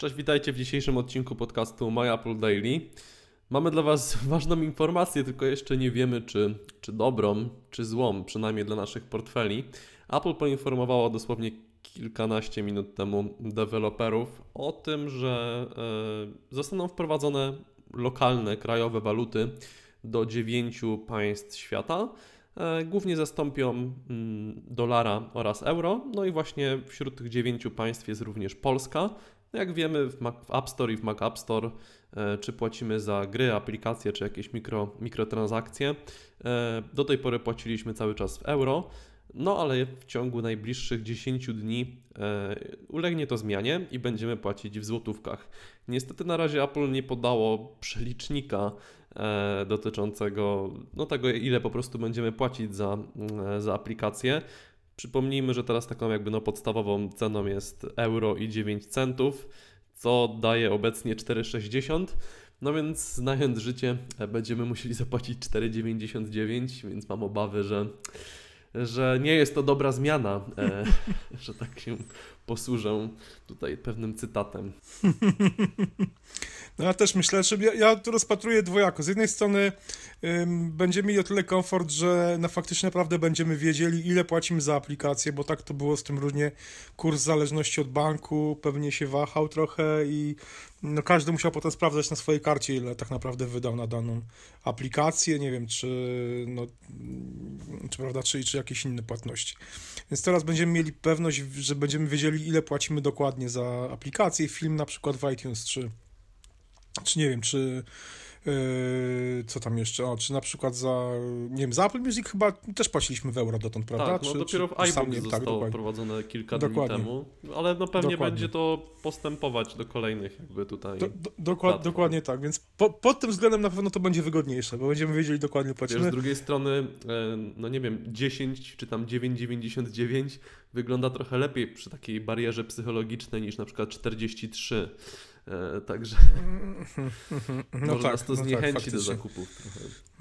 Cześć, witajcie w dzisiejszym odcinku podcastu My Apple Daily. Mamy dla Was ważną informację, tylko jeszcze nie wiemy, czy dobrą, czy złą, przynajmniej dla naszych portfeli. Apple poinformowało dosłownie kilkanaście minut temu deweloperów o tym, że zostaną wprowadzone lokalne, krajowe waluty do 9 państw świata. Głównie zastąpią dolara oraz euro, no i właśnie wśród tych 9 państw jest również Polska. Jak wiemy, w App Store i w Mac App Store, czy płacimy za gry, aplikacje, czy jakieś mikrotransakcje, do tej pory płaciliśmy cały czas w euro, no ale w ciągu najbliższych 10 dni ulegnie to zmianie i będziemy płacić w złotówkach. Niestety na razie Apple nie podało przelicznika dotyczącego tego, ile po prostu będziemy płacić za aplikację. Przypomnijmy, że teraz taką podstawową ceną jest euro i 9 centów, co daje obecnie 4,60. No więc znając życie będziemy musieli zapłacić 4,99, więc mam obawy, że nie jest to dobra zmiana, że tak się posłużę tutaj pewnym cytatem. No ja też myślę, że ja tu rozpatruję dwojako. Z jednej strony będziemy mieli o tyle komfort, że faktycznie naprawdę będziemy wiedzieli, ile płacimy za aplikację, bo tak to było z tym różnie. Kurs w zależności od banku pewnie się wahał trochę i każdy musiał potem sprawdzać na swojej karcie, ile tak naprawdę wydał na daną aplikację, nie wiem, czy jakieś inne płatności. Więc teraz będziemy mieli pewność, że będziemy wiedzieli, ile płacimy dokładnie za aplikację, film na przykład w iTunes, czy nie wiem, co tam jeszcze, czy na przykład nie wiem, za Apple Music chyba też płaciliśmy w euro dotąd, prawda? Tak, dopiero w iBook zostało wprowadzone kilka dni temu, ale pewnie będzie to postępować do kolejnych tutaj Dokładnie tak, więc pod tym względem na pewno to będzie wygodniejsze, bo będziemy wiedzieli dokładnie płacimy. Wiesz, z drugiej strony, 10 czy tam 9,99 wygląda trochę lepiej przy takiej barierze psychologicznej niż na przykład 43. Także może nas to zniechęci do zakupów trochę.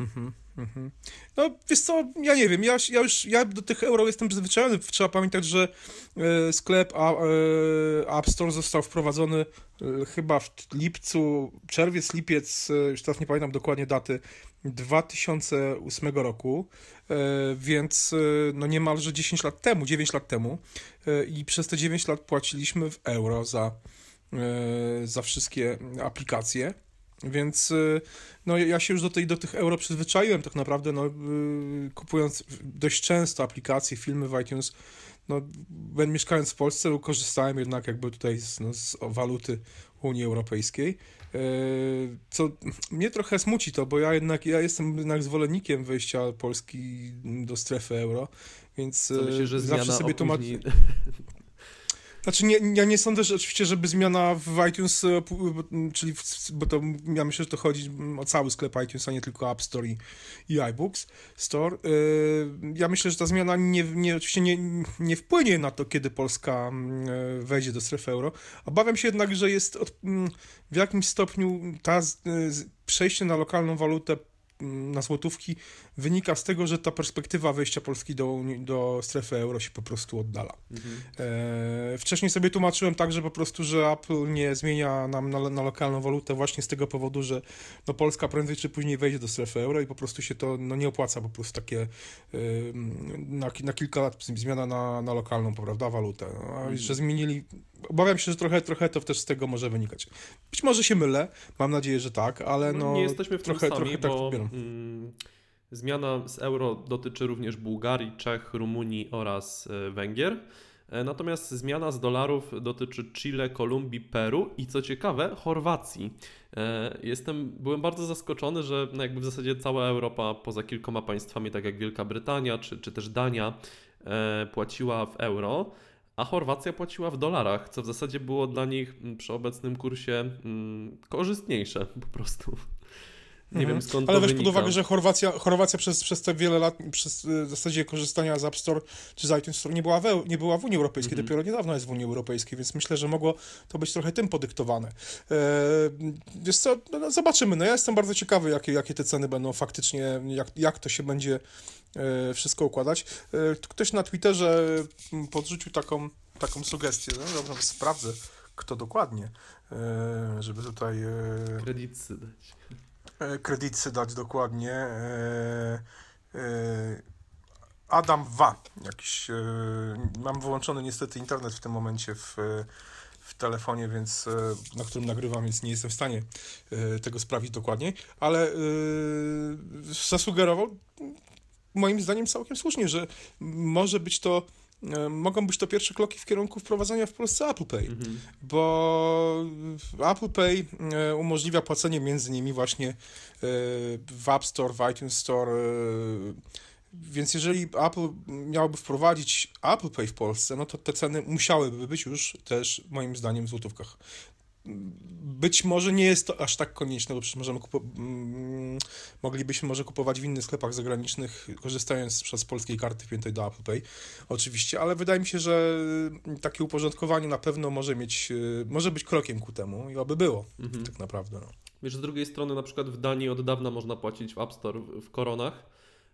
No wiesz co, ja nie wiem, ja do tych euro jestem przyzwyczajony. Trzeba pamiętać, że sklep App Store został wprowadzony chyba w lipcu, czerwiec, lipiec, już teraz nie pamiętam dokładnie daty, 2008 roku, więc niemalże 10 lat temu, 9 lat temu i przez te 9 lat płaciliśmy w euro za wszystkie aplikacje, więc ja się już do tych euro przyzwyczaiłem tak naprawdę, kupując dość często aplikacje, filmy w iTunes, mieszkając w Polsce, korzystałem jednak tutaj z waluty Unii Europejskiej, co mnie trochę smuci to, bo ja jestem jednak zwolennikiem wejścia Polski do strefy euro, więc co myślisz, że zawsze sobie opóźni... Znaczy, ja nie sądzę, że oczywiście, żeby zmiana w iTunes, bo to ja myślę, że to chodzi o cały sklep iTunes, a nie tylko App Store i iBooks Store. Ja myślę, że ta zmiana oczywiście nie wpłynie na to, kiedy Polska wejdzie do strefy euro. Obawiam się jednak, że jest w jakimś stopniu przejście na lokalną walutę, na złotówki, wynika z tego, że ta perspektywa wejścia Polski do strefy euro się po prostu oddala. Wcześniej sobie tłumaczyłem tak, że po prostu, że Apple nie zmienia nam na lokalną walutę właśnie z tego powodu, że Polska prędzej czy później wejdzie do strefy euro i po prostu się to nie opłaca po prostu takie na kilka lat zmiana na lokalną, prawda, walutę. Że zmienili. Obawiam się, że trochę to też z tego może wynikać. Być może się mylę, mam nadzieję, że tak, ale nie jesteśmy w tym sami, bo tak zmiana z euro dotyczy również Bułgarii, Czech, Rumunii oraz Węgier. Natomiast zmiana z dolarów dotyczy Chile, Kolumbii, Peru i co ciekawe Chorwacji. Byłem bardzo zaskoczony, że w zasadzie cała Europa poza kilkoma państwami, tak jak Wielka Brytania czy też Dania, płaciła w euro, a Chorwacja płaciła w dolarach, co w zasadzie było dla nich przy obecnym kursie korzystniejsze po prostu. Nie wiem skąd ale to weź wynika. pod uwagę, że Chorwacja przez te wiele lat, w zasadzie korzystania z App Store czy z iTunes Store nie była w Unii Europejskiej, dopiero niedawno jest w Unii Europejskiej, więc myślę, że mogło to być trochę tym podyktowane. Wiesz co, zobaczymy. Ja jestem bardzo ciekawy, jakie te ceny będą faktycznie, jak to się będzie wszystko układać. Ktoś na Twitterze podrzucił taką sugestię, dobra, sprawdzę, kto dokładnie, żeby tutaj Kredyty dać. kredyty dać dokładnie. Adam Wa, jakiś, mam wyłączony niestety internet w tym momencie w telefonie, więc na którym nagrywam, więc nie jestem w stanie tego sprawdzić dokładnie, ale zasugerował moim zdaniem całkiem słusznie, że może być to mogą być to pierwsze kroki w kierunku wprowadzenia w Polsce Apple Pay, bo Apple Pay umożliwia płacenie między nimi właśnie w App Store, w iTunes Store, więc jeżeli Apple miałoby wprowadzić Apple Pay w Polsce, no to te ceny musiałyby być już też moim zdaniem w złotówkach. Być może nie jest to aż tak konieczne, bo przecież moglibyśmy może kupować w innych sklepach zagranicznych, korzystając z polskiej karty wpiętej do Apple Pay, oczywiście, ale wydaje mi się, że takie uporządkowanie na pewno może być krokiem ku temu i oby było, tak naprawdę. No. Wiesz, z drugiej strony na przykład w Danii od dawna można płacić w App Store w koronach,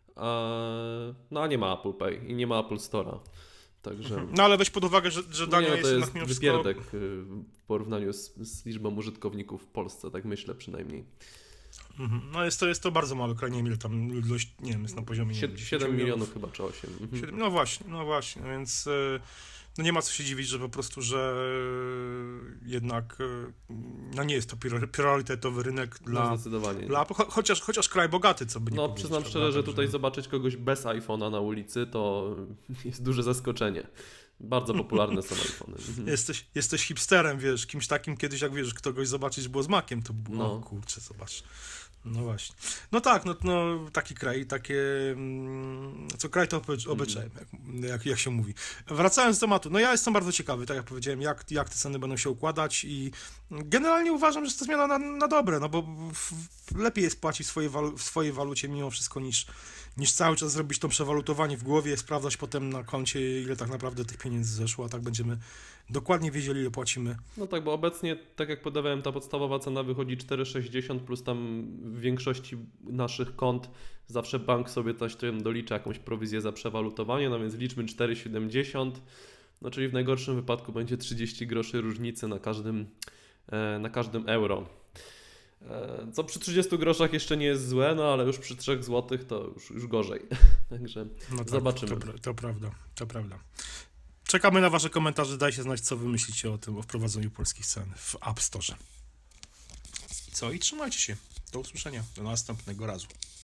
a nie ma Apple Pay i nie ma Apple Store'a. Także... No ale weź pod uwagę, że Dania jest to jednak jest wypierdek w porównaniu z liczbą użytkowników w Polsce, tak myślę przynajmniej. No jest to bardzo mały kraj, nie wiem ile tam ilość, nie wiem, jest na poziomie 7 milionów chyba, czy 8. No właśnie, więc no nie ma co się dziwić, że po prostu, że jednak no nie jest to priorytetowy rynek No zdecydowanie. Chociaż kraj bogaty, co by nie powiedzieć. Przyznam szczerze, że tutaj zobaczyć kogoś bez iPhone'a na ulicy to jest duże zaskoczenie. Bardzo popularne są iPhony. Jesteś hipsterem, wiesz, kimś takim kiedyś, jak wiesz, kogoś zobaczyć było z Maciem, to było, no. O kurczę, zobacz. No właśnie. No tak, no taki kraj, co kraj to obyczajem, jak się mówi. Wracając do tematu, no ja jestem bardzo ciekawy, tak jak powiedziałem, jak te ceny będą się układać i generalnie uważam, że jest to zmiana na dobre, no bo lepiej jest płacić w swojej walucie mimo wszystko niż cały czas zrobić to przewalutowanie w głowie, sprawdzać potem na koncie, ile tak naprawdę tych pieniędzy zeszło, a tak będziemy dokładnie wiedzieli, ile płacimy. No tak, bo obecnie, tak jak podawałem, ta podstawowa cena wychodzi 4,60 plus tam w większości naszych kont zawsze bank sobie też dolicza jakąś prowizję za przewalutowanie, no więc liczmy 4,70, no czyli w najgorszym wypadku będzie 30 groszy różnicy na każdym euro. Co przy 30 groszach jeszcze nie jest złe, no ale już przy 3 zł to już gorzej. Także no tak, zobaczymy. To prawda. Czekamy na wasze komentarze, dajcie znać, co wy myślicie o wprowadzeniu polskich cen w App Store. I trzymajcie się. Do usłyszenia. Do następnego razu.